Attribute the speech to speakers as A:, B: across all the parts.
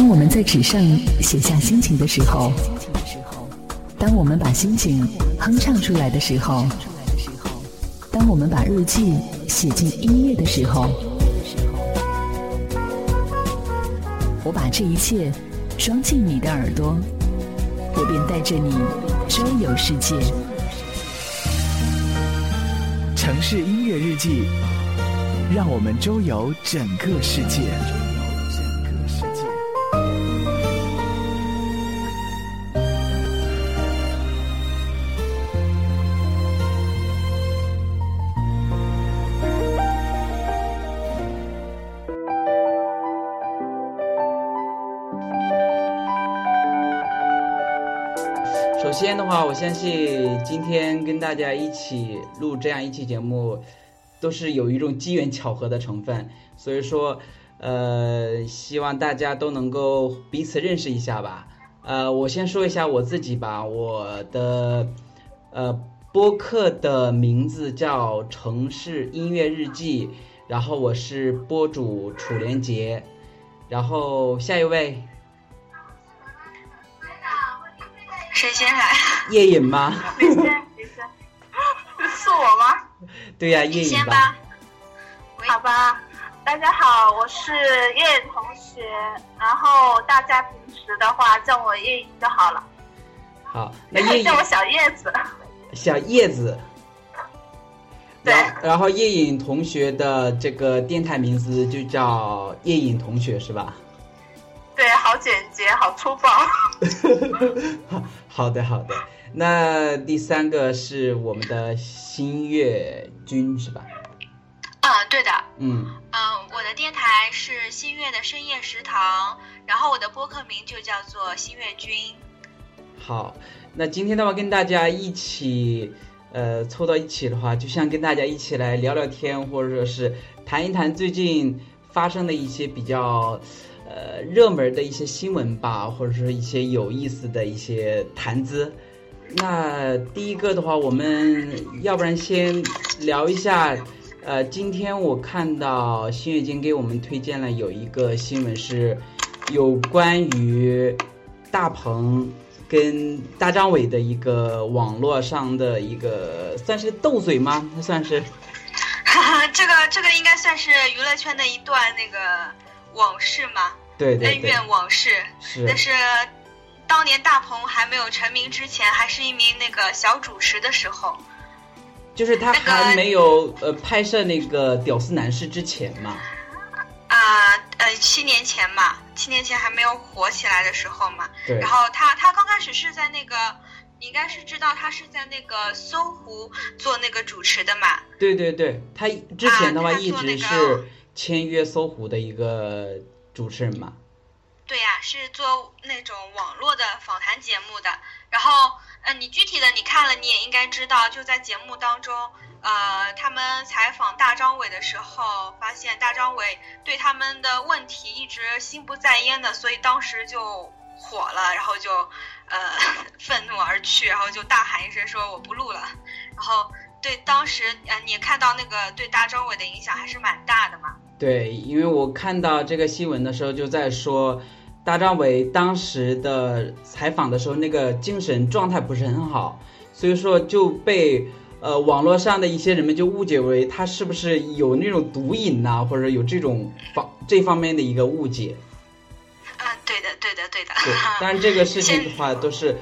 A: 当我们在纸上写下心情的时候，当我们把心情哼唱出来的时候，当我们把日记写进音乐的时候，我把这一切装进你的耳朵，我便带着你周游世界。
B: 城市音乐日记，让我们周游整个世界。
C: 首先的话，我相信今天跟大家一起录这样一期节目，都是有一种机缘巧合的成分，所以说，希望大家都能够彼此认识一下吧。我先说一下我自己吧，我的播客的名字叫城市音乐日记，然后我是播主楚连杰，然后下一位。
D: 谁先来？
C: 叶颖吗？
D: 谁先？是我吗？
C: 对呀，叶颖
D: 吧。好吧，大家好，我是叶颖同学，然后大家平时的话叫我叶颖就好了。
C: 好，那叶颖
D: 叫我小叶子。
C: 小叶子。
D: 对。
C: 然后叶颖同学的这个电台名字就叫叶颖同学是吧？
D: 对，好简洁，好粗暴。
C: 好的。那第三个是我们的新月君是吧？
D: 对的。
E: 我的电台是新月的深夜食堂，然后我的播客名就叫做新月君。
C: 好，那今天的话跟大家一起凑到一起的话，就像跟大家一起来聊聊天，或者说是谈一谈最近发生的一些比较热门的一些新闻吧，或者是一些有意思的一些谈资。那第一个的话，我们要不然先聊一下，今天我看到新月经给我们推荐了有一个新闻，是有关于大鹏跟大张伟的一个网络上的一个算是斗嘴吗？算是。
E: 这个应该算是娱乐圈的一段那个往事嘛。
C: 对，
E: 恩怨往事
C: 是。
E: 但是当年大鹏还没有成名之前，还是一名那个小主持的时候，
C: 就是他还没有拍摄那个屌丝男士之前嘛。
E: 7年前嘛，7年前还没有火起来的时候嘛。
C: 对。
E: 然后他刚开始是在那个，你应该是知道他是在那个搜狐做那个主持的嘛。
C: 对，他之前的话一直是签约搜狐的一个主持人嘛。
E: 对呀，是做那种网络的访谈节目的。然后你具体的你看了你也应该知道，就在节目当中他们采访大张伟的时候，发现大张伟对他们的问题一直心不在焉的，所以当时就火了，然后就愤怒而去，然后就大喊一声说我不录了。然后对当时你看到那个对大张伟的影响还是蛮大的嘛。
C: 对，因为我看到这个新闻的时候就在说大张伟当时的采访的时候那个精神状态不是很好，所以说就被网络上的一些人们就误解为他是不是有那种毒瘾呐，或者有这方面的一个误解。
E: 对的。
C: 对，当然这个事情的话都是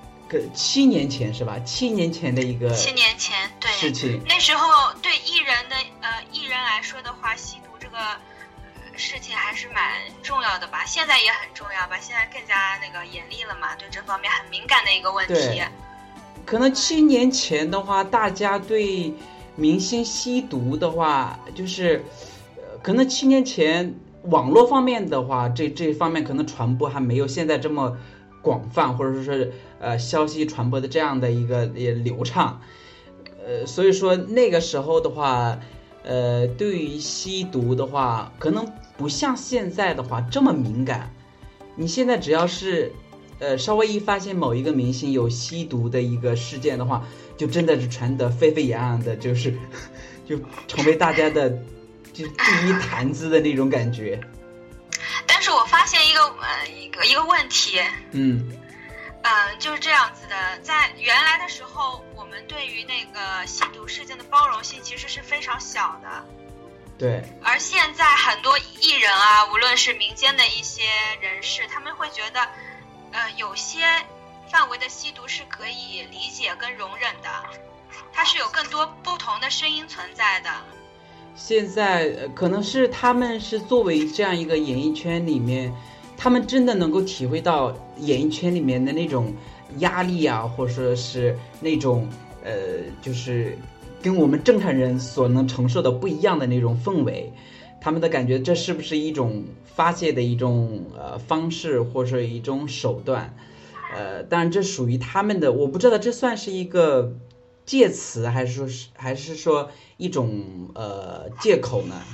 C: 7年前是吧？7年前的一个
E: 7年前对
C: 事情。
E: 那时候对艺人来说的话，吸毒这个事情还是蛮重要的吧，现在也很重要吧，现在更加那个严厉了嘛，对这方面很敏感的一个问题。
C: 对，可能7年前的话，大家对明星吸毒的话，就是可能7年前网络方面的话，这方面可能传播还没有现在这么广泛，或者说是消息传播的这样的一个也流畅。所以说那个时候的话，对于吸毒的话，可能不像现在的话这么敏感。你现在只要是稍微一发现某一个明星有吸毒的一个事件的话，就真的是传得沸沸扬扬的，就成为大家的就第一谈资的那种感觉。
E: 但是我发现一个一个问题。就是这样子的，在原来的时候，我们对于那个吸毒事件的包容性其实是非常小的。
C: 对。而
E: 现在很多艺人啊，无论是民间的一些人士，他们会觉得，有些范围的吸毒是可以理解跟容忍的，它是有更多不同的声音存在的。
C: 现在可能是他们是作为这样一个演艺圈里面，他们真的能够体会到演艺圈里面的那种压力啊，或者说是那种就是跟我们正常人所能承受的不一样的那种氛围，他们的感觉这是不是一种发泄的一种方式，或者说一种手段？当然这属于他们的，我不知道这算是一个借词还是说一种借口呢？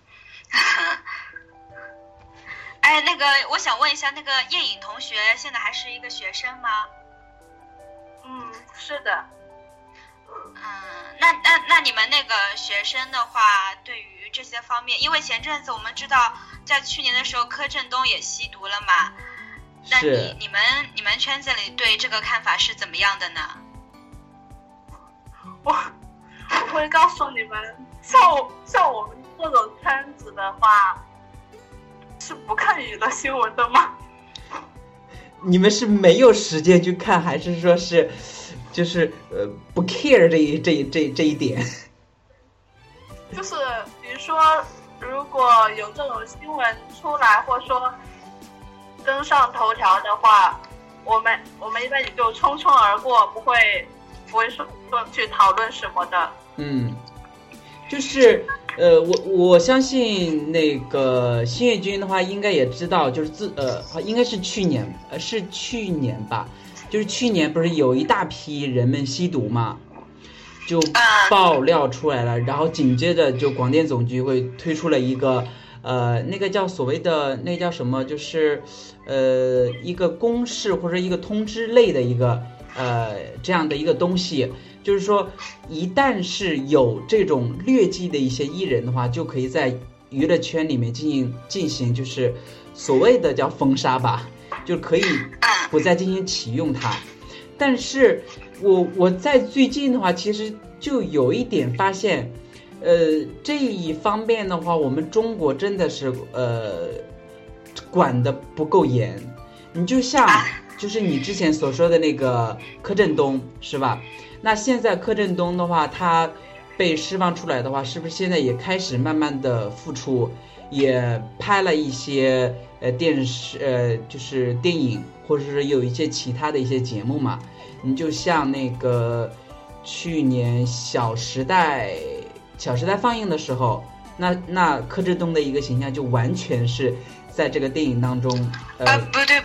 E: 哎，那个我想问一下，那个叶颖同学现在还是一个学生吗？
D: 是的。
E: 那你们那个学生的话，对于这些方面，因为前阵子我们知道，在去年的时候柯震东也吸毒了嘛，那你们圈子里对这个看法是怎么样的呢？
D: 我会告诉你们，像我们这种圈子的话，是不看娱乐新闻的吗？
C: 你们是没有时间去看，还是说是就是不 care 这一点？
D: 就是比如说，如果有这种新闻出来，或者说登上头条的话，我们一般也就匆匆而过，不会说去讨论什么的。
C: 就是我相信那个新月君的话，应该也知道，就是应该是去年吧，就是去年不是有一大批人们吸毒嘛，就爆料出来了，然后紧接着就广电总局会推出了一个那个叫所谓的那叫什么，就是一个公示或者一个通知类的一个这样的一个东西。就是说一旦是有这种劣迹的一些艺人的话，就可以在娱乐圈里面进行就是所谓的叫封杀吧，就可以不再进行启用它。但是我在最近的话，其实就有一点发现，这一方面的话，我们中国真的是管得不够严。你就像就是你之前所说的那个柯震东是吧？那现在柯震东的话，他被释放出来的话，是不是现在也开始慢慢的复出，也拍了一些电视就是电影，或者是有一些其他的一些节目嘛？你就像那个去年小时代放映的时候，那柯震东的一个形象就完全是在这个电影当中
E: 不对。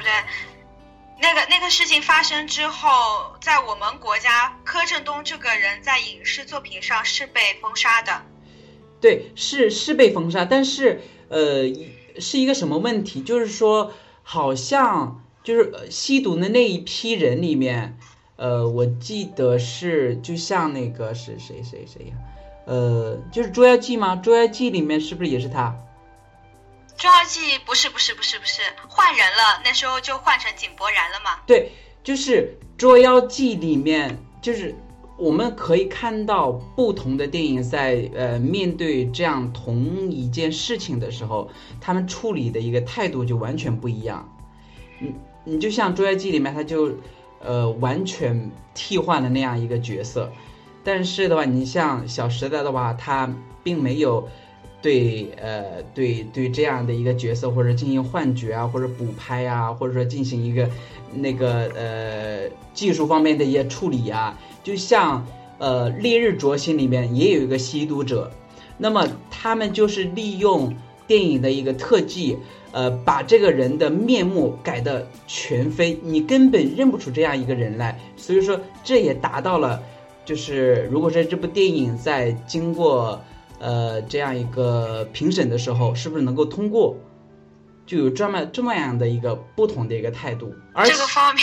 E: 那个事情发生之后，在我们国家，柯震东这个人在影视作品上是被封杀的。
C: 对，是被封杀，但是是一个什么问题？就是说，好像就是吸毒的那一批人里面，我记得是就像那个是谁呀？就是《捉妖记》吗？《捉妖记》里面是不是也是他？
E: 捉妖记不是，换人了，那时候就换成井柏然了嘛。
C: 对，就是捉妖记里面，就是我们可以看到不同的电影在面对这样同一件事情的时候，他们处理的一个态度就完全不一样。你就像捉妖记里面，他就完全替换了那样一个角色，但是的话，你像小时代的话，他并没有对这样的一个角色或者进行换角啊，或者补拍啊，或者说进行一个那个技术方面的一些处理啊。就像烈日灼心里面也有一个吸毒者，那么他们就是利用电影的一个特技，把这个人的面目改得全非，你根本认不出这样一个人来。所以说这也达到了，就是如果说这部电影在经过这样一个评审的时候，是不是能够通过，就有这么样的一个不同的一个态度。而
E: 这个方面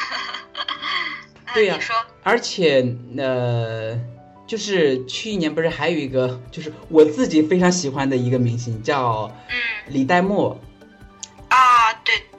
C: 对呀，而且就是去年不是还有一个，就是我自己非常喜欢的一个明星叫李代沫
E: 啊，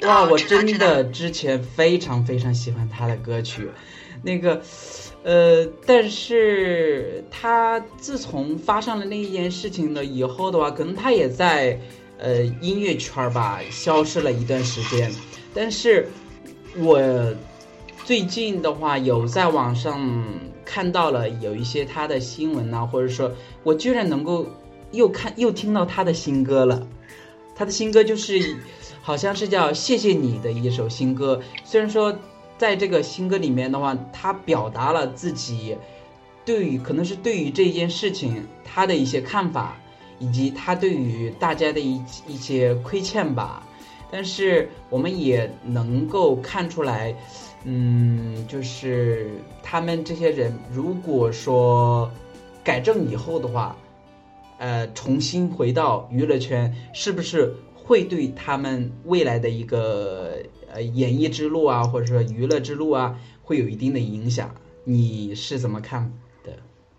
C: 哇，我真的之前非常非常喜欢他的歌曲，那个但是他自从发生了那一件事情了以后的话，可能他也在音乐圈吧消失了一段时间。但是我最近的话有在网上看到了有一些他的新闻啊，或者说我居然能够又听到他的新歌了。他的新歌就是好像是叫谢谢你的一首新歌，虽然说在这个新歌里面的话，他表达了自己可能是对于这件事情他的一些看法，以及他对于大家的一些亏欠吧。但是我们也能够看出来，就是他们这些人如果说改正以后的话，重新回到娱乐圈，是不是会对他们未来的一个演艺之路啊，或者说娱乐之路啊，会有一定的影响？你是怎么看的？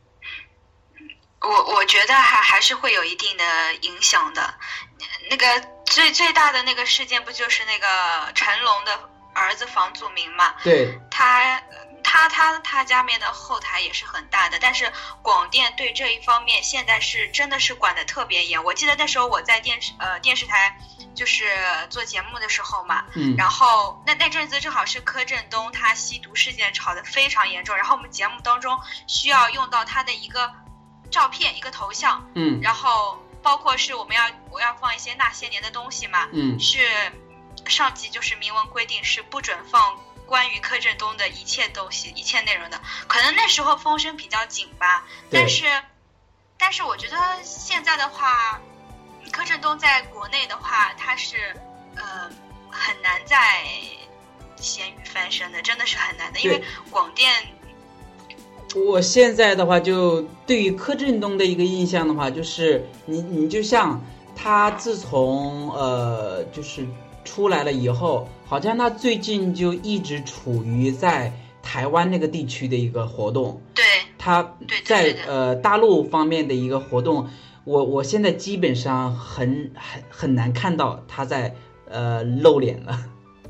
E: 我觉得还是会有一定的影响的。那个最大的那个事件不就是那个成龙的儿子房祖名嘛？
C: 对，
E: 他家面的后台也是很大的，但是广电对这一方面现在是真的是管得特别严。我记得那时候我在电视台就是做节目的时候嘛，然后那阵子正好是柯震东他吸毒事件炒得非常严重，然后我们节目当中需要用到他的一个照片一个头像，然后包括是我要放一些那些年的东西嘛，是上级就是明文规定是不准放关于柯震东的一切东西一切内容的，可能那时候风声比较紧吧，但是我觉得现在的话，柯震东在国内的话，他是很难再咸鱼翻身的，真的是很难的，因为广电。
C: 我现在的话，就对于柯震东的一个印象的话，就是你就像他自从就是出来了以后，好像他最近就一直处于在台湾那个地区的一个活动。
E: 对，
C: 他在大陆方面的一个活动，我现在基本上很难看到他在露脸了。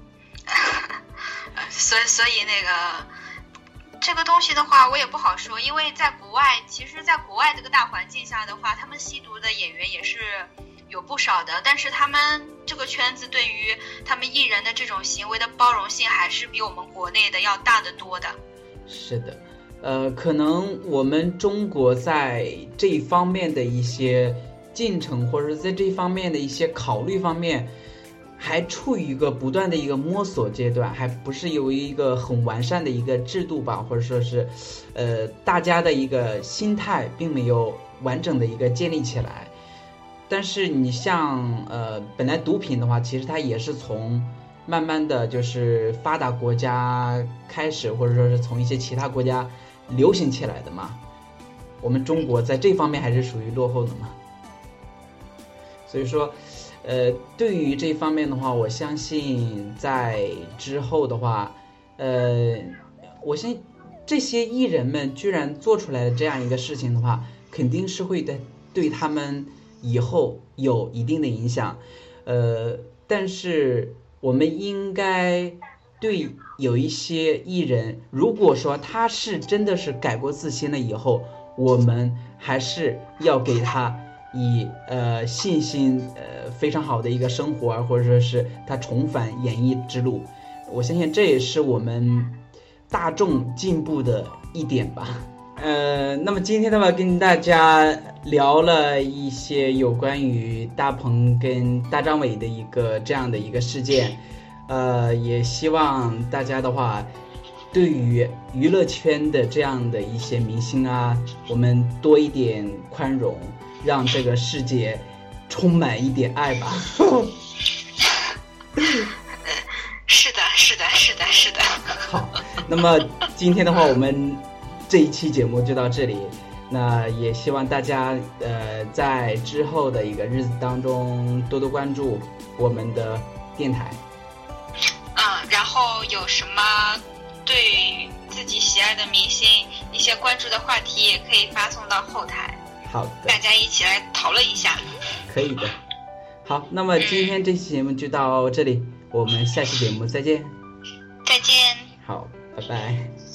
E: 所以那个这个东西的话，我也不好说，因为在国外，其实在国外这个大环境下的话，他们吸毒的演员也是有不少的，但是他们这个圈子对于他们艺人的这种行为的包容性还是比我们国内的要大得多的。
C: 是的，可能我们中国在这一方面的一些进程，或者是在这方面的一些考虑方面，还处于一个不断的一个摸索阶段，还不是有一个很完善的一个制度吧，或者说是大家的一个心态并没有完整的一个建立起来。但是你像本来毒品的话，其实它也是从慢慢的就是发达国家开始，或者说是从一些其他国家流行起来的嘛。我们中国在这方面还是属于落后的嘛。所以说对于这方面的话，我相信在之后的话，我相信这些艺人们居然做出来的这样一个事情的话，肯定是会对他们以后有一定的影响。但是我们应该对有一些艺人，如果说他是真的是改过自新了以后，我们还是要给他以信心非常好的一个生活，或者说是他重返演艺之路。我相信这也是我们大众进步的一点吧。那么今天的话跟大家聊了一些有关于大鹏跟大张伟的一个这样的一个事件，也希望大家的话对于娱乐圈的这样的一些明星啊，我们多一点宽容，让这个世界充满一点爱吧。
E: 是的。
C: 好，那么今天的话我们这一期节目就到这里，那也希望大家在之后的一个日子当中多多关注我们的电台。
E: 然后有什么对自己喜爱的明星一些关注的话题，也可以发送到后台。
C: 好的，
E: 大家一起来讨论一下。
C: 可以的。 好，那么今天这期节目就到这里，我们下期节目再见。
E: 再见。
C: 好，拜拜。